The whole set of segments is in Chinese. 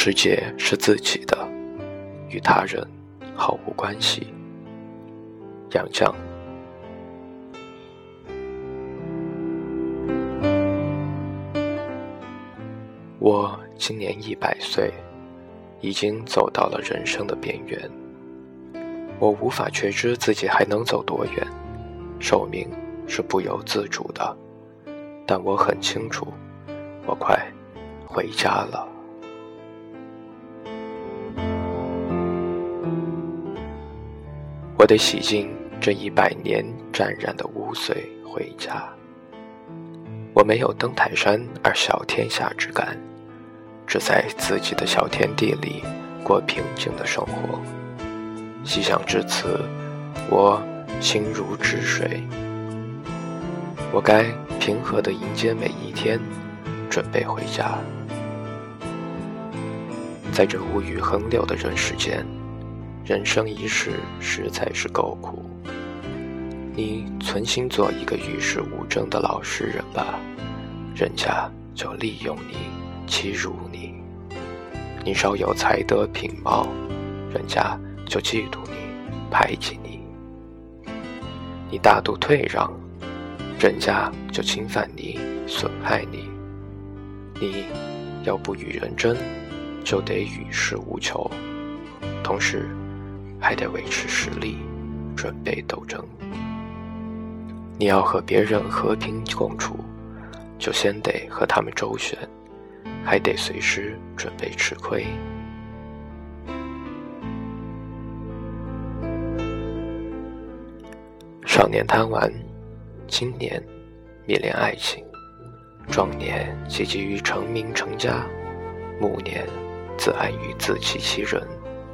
世界是自己的，与他人毫无关系。杨绛。我今年100岁，已经走到了人生的边缘。我无法确知自己还能走多远，寿命是不由自主的，但我很清楚，我快回家了。我得洗净这100年沾染的污秽回家。我没有登泰山而小天下之感，只在自己的小天地里过平静的生活。细想至此，我心如止水。我该平和地迎接每一天，准备回家。在这无语横流的人世间，人生一世实在是够苦。你存心做一个与世无争的老实人吧，人家就利用你，欺辱你。你稍有才德品貌，人家就嫉妒你，排挤你。你大度退让，人家就侵犯你，损害你。你要不与人争，就得与世无求，同时还得维持实力，准备斗争。你要和别人和平共处，就先得和他们周旋，还得随时准备吃亏。少年贪玩，青年迷恋爱情，壮年积极于成名成家，暮年自安于自欺欺人。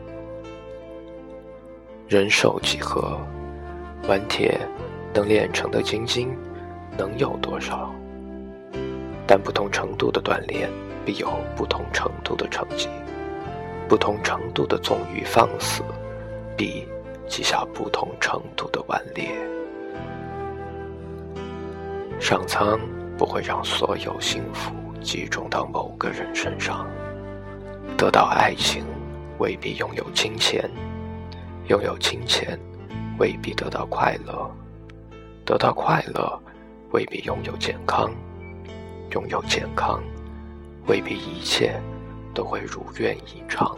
人寿几何，顽铁能炼成的精金能有多少？但不同程度的锻炼必有不同程度的成绩，不同程度的纵欲放肆必记下不同程度的顽劣。上苍不会让所有幸福集中到某个人身上。得到爱情未必拥有金钱，拥有金钱未必得到快乐，得到快乐未必拥有健康，拥有健康未必一切都会如愿以偿。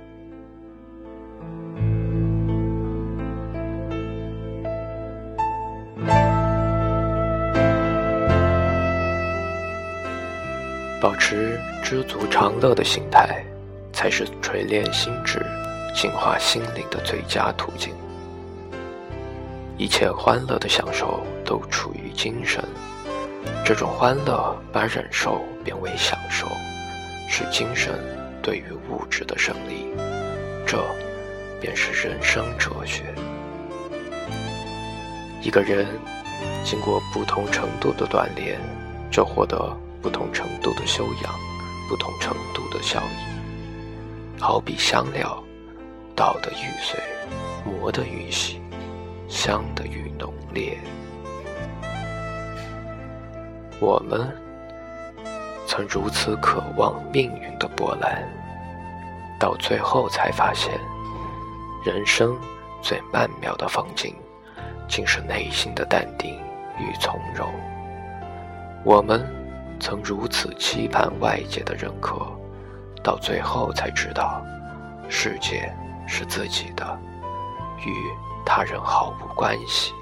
保持知足常乐的心态，才是锤炼心智、净化心灵的最佳途径。一切欢乐的享受都出于精神，这种欢乐把忍受变为享受，是精神对于物质的胜利，这便是人生哲学。一个人经过不同程度的锻炼，就获得不同程度的修养，不同程度的效益。好比香料，捣得愈碎，磨得愈细，香得愈浓烈。我们曾如此渴望命运的波澜，到最后才发现，人生最曼妙的风景，竟是内心的淡定与从容。我们曾如此期盼外界的认可，到最后才知道，世界是自己的，与他人毫无关系。